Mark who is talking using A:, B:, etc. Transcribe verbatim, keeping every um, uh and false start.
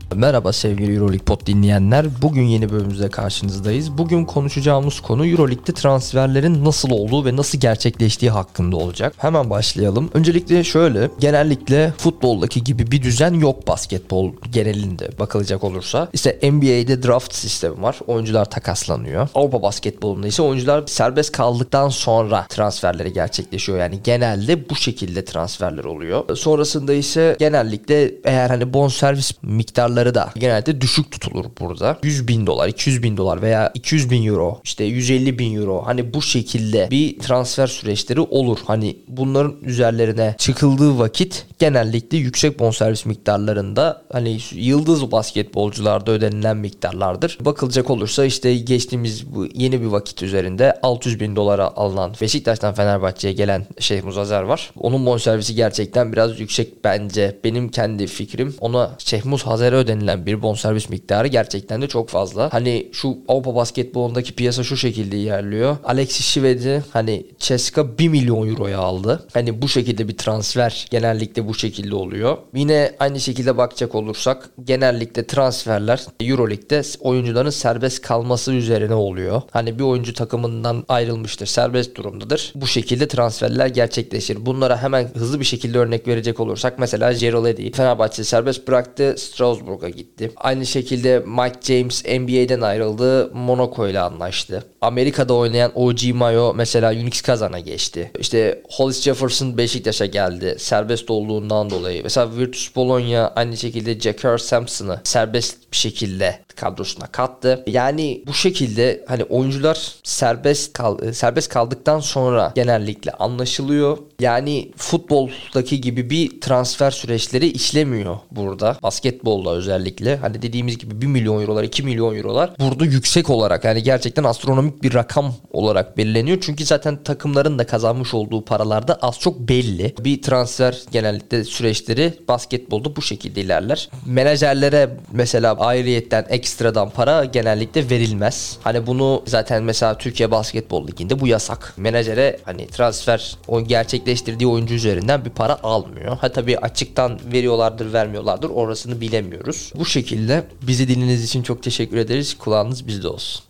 A: Merhaba sevgili Euroleague Pod dinleyenler. Bugün yeni bölümümüzde karşınızdayız. Bugün konuşacağımız konu Euroleague'de transferlerin nasıl olduğu ve nasıl gerçekleştiği hakkında olacak. Hemen başlayalım. Öncelikle şöyle, genellikle futboldaki gibi bir düzen yok basketbol genelinde bakılacak olursa. İşte N B A'de draft sistemi var. Oyuncular takaslanıyor. Avrupa basketbolunda ise oyuncular serbest kaldıktan sonra transferleri gerçekleşiyor. Yani genelde bu şekilde transferler oluyor. Sonrasında ise genellikle eğer hani bonservis miktarları da genelde düşük tutulur burada. yüz bin dolar, iki yüz bin dolar veya iki yüz bin euro, işte yüz elli bin euro, hani bu şekilde bir transfer süreçleri olur. Hani bunların üzerlerine çıkıldığı vakit genellikle yüksek bonservis miktarlarında, hani yıldız basketbolcularda ödenilen miktarlardır. Bakılacak olursa işte geçtiğimiz bu yeni bir vakit üzerinde altı yüz bin dolara alınan Beşiktaş'tan Fenerbahçe'ye gelen Şehmuz Azer var. Onun bonservisi gerçekten biraz yüksek bence. Benim kendi fikrim, ona Şehmuz Azer'e ödenilen bir bonservis miktarı gerçekten de çok fazla. Hani şu Avrupa basketbolundaki piyasa şu şekilde ilerliyor. Alexis Şved'i hani C S K A bir milyon euroya aldı. Hani bu şekilde bir transfer genellikle bu şekilde oluyor. Yine aynı şekilde bakacak olursak genellikle transferler Euroleague'de oyuncuların serbest kalması üzerine oluyor. Hani bir oyuncu takımından ayrılmıştır, serbest durumdadır. Bu şekilde transferler gerçekleşir. Bunlara hemen hızlı bir şekilde örnek verecek olursak mesela Gerald Eddy Fenerbahçe serbest bıraktı, Strasbourg'a gitti. Aynı şekilde Mike James N B A'den ayrıldı, Monaco ile anlaştı. Amerika'da oynayan O G Mayo mesela Unix Kazan'a geçti. İşte Hollis Jefferson Beşiktaş'a geldi serbest olduğundan dolayı. Mesela Virtus Bologna aynı şekilde J K Sampson'ı serbest bir şekilde kadrosuna kattı. Yani bu şekilde hani oyuncular serbest kal serbest kaldıktan sonra genellikle anlaşılıyor. Yani futboldaki gibi bir transfer süreçleri işlemiyor burada. Basketbolda özellikle hani dediğimiz gibi bir milyon eurolar, iki milyon eurolar burada yüksek olarak, yani gerçekten astronomik bir rakam olarak belirleniyor. Çünkü zaten takımların da kazanmış olduğu paralar da az çok belli. Bir transfer genellikle süreçleri basketbolda bu şekilde ilerler. Menajerlere mesela ayrıyetten ekstradan para genellikle verilmez. Hani bunu zaten mesela Türkiye Basketbol Ligi'nde bu yasak. Menajere hani transfer o gerçekleştirdiği oyuncu üzerinden bir para almıyor. Ha tabii açıktan veriyorlardır, vermiyorlardır, orasını bilemiyoruz. Bu şekilde bizi dinlediğiniz için çok teşekkür ederiz. Kulağınız bizde olsun.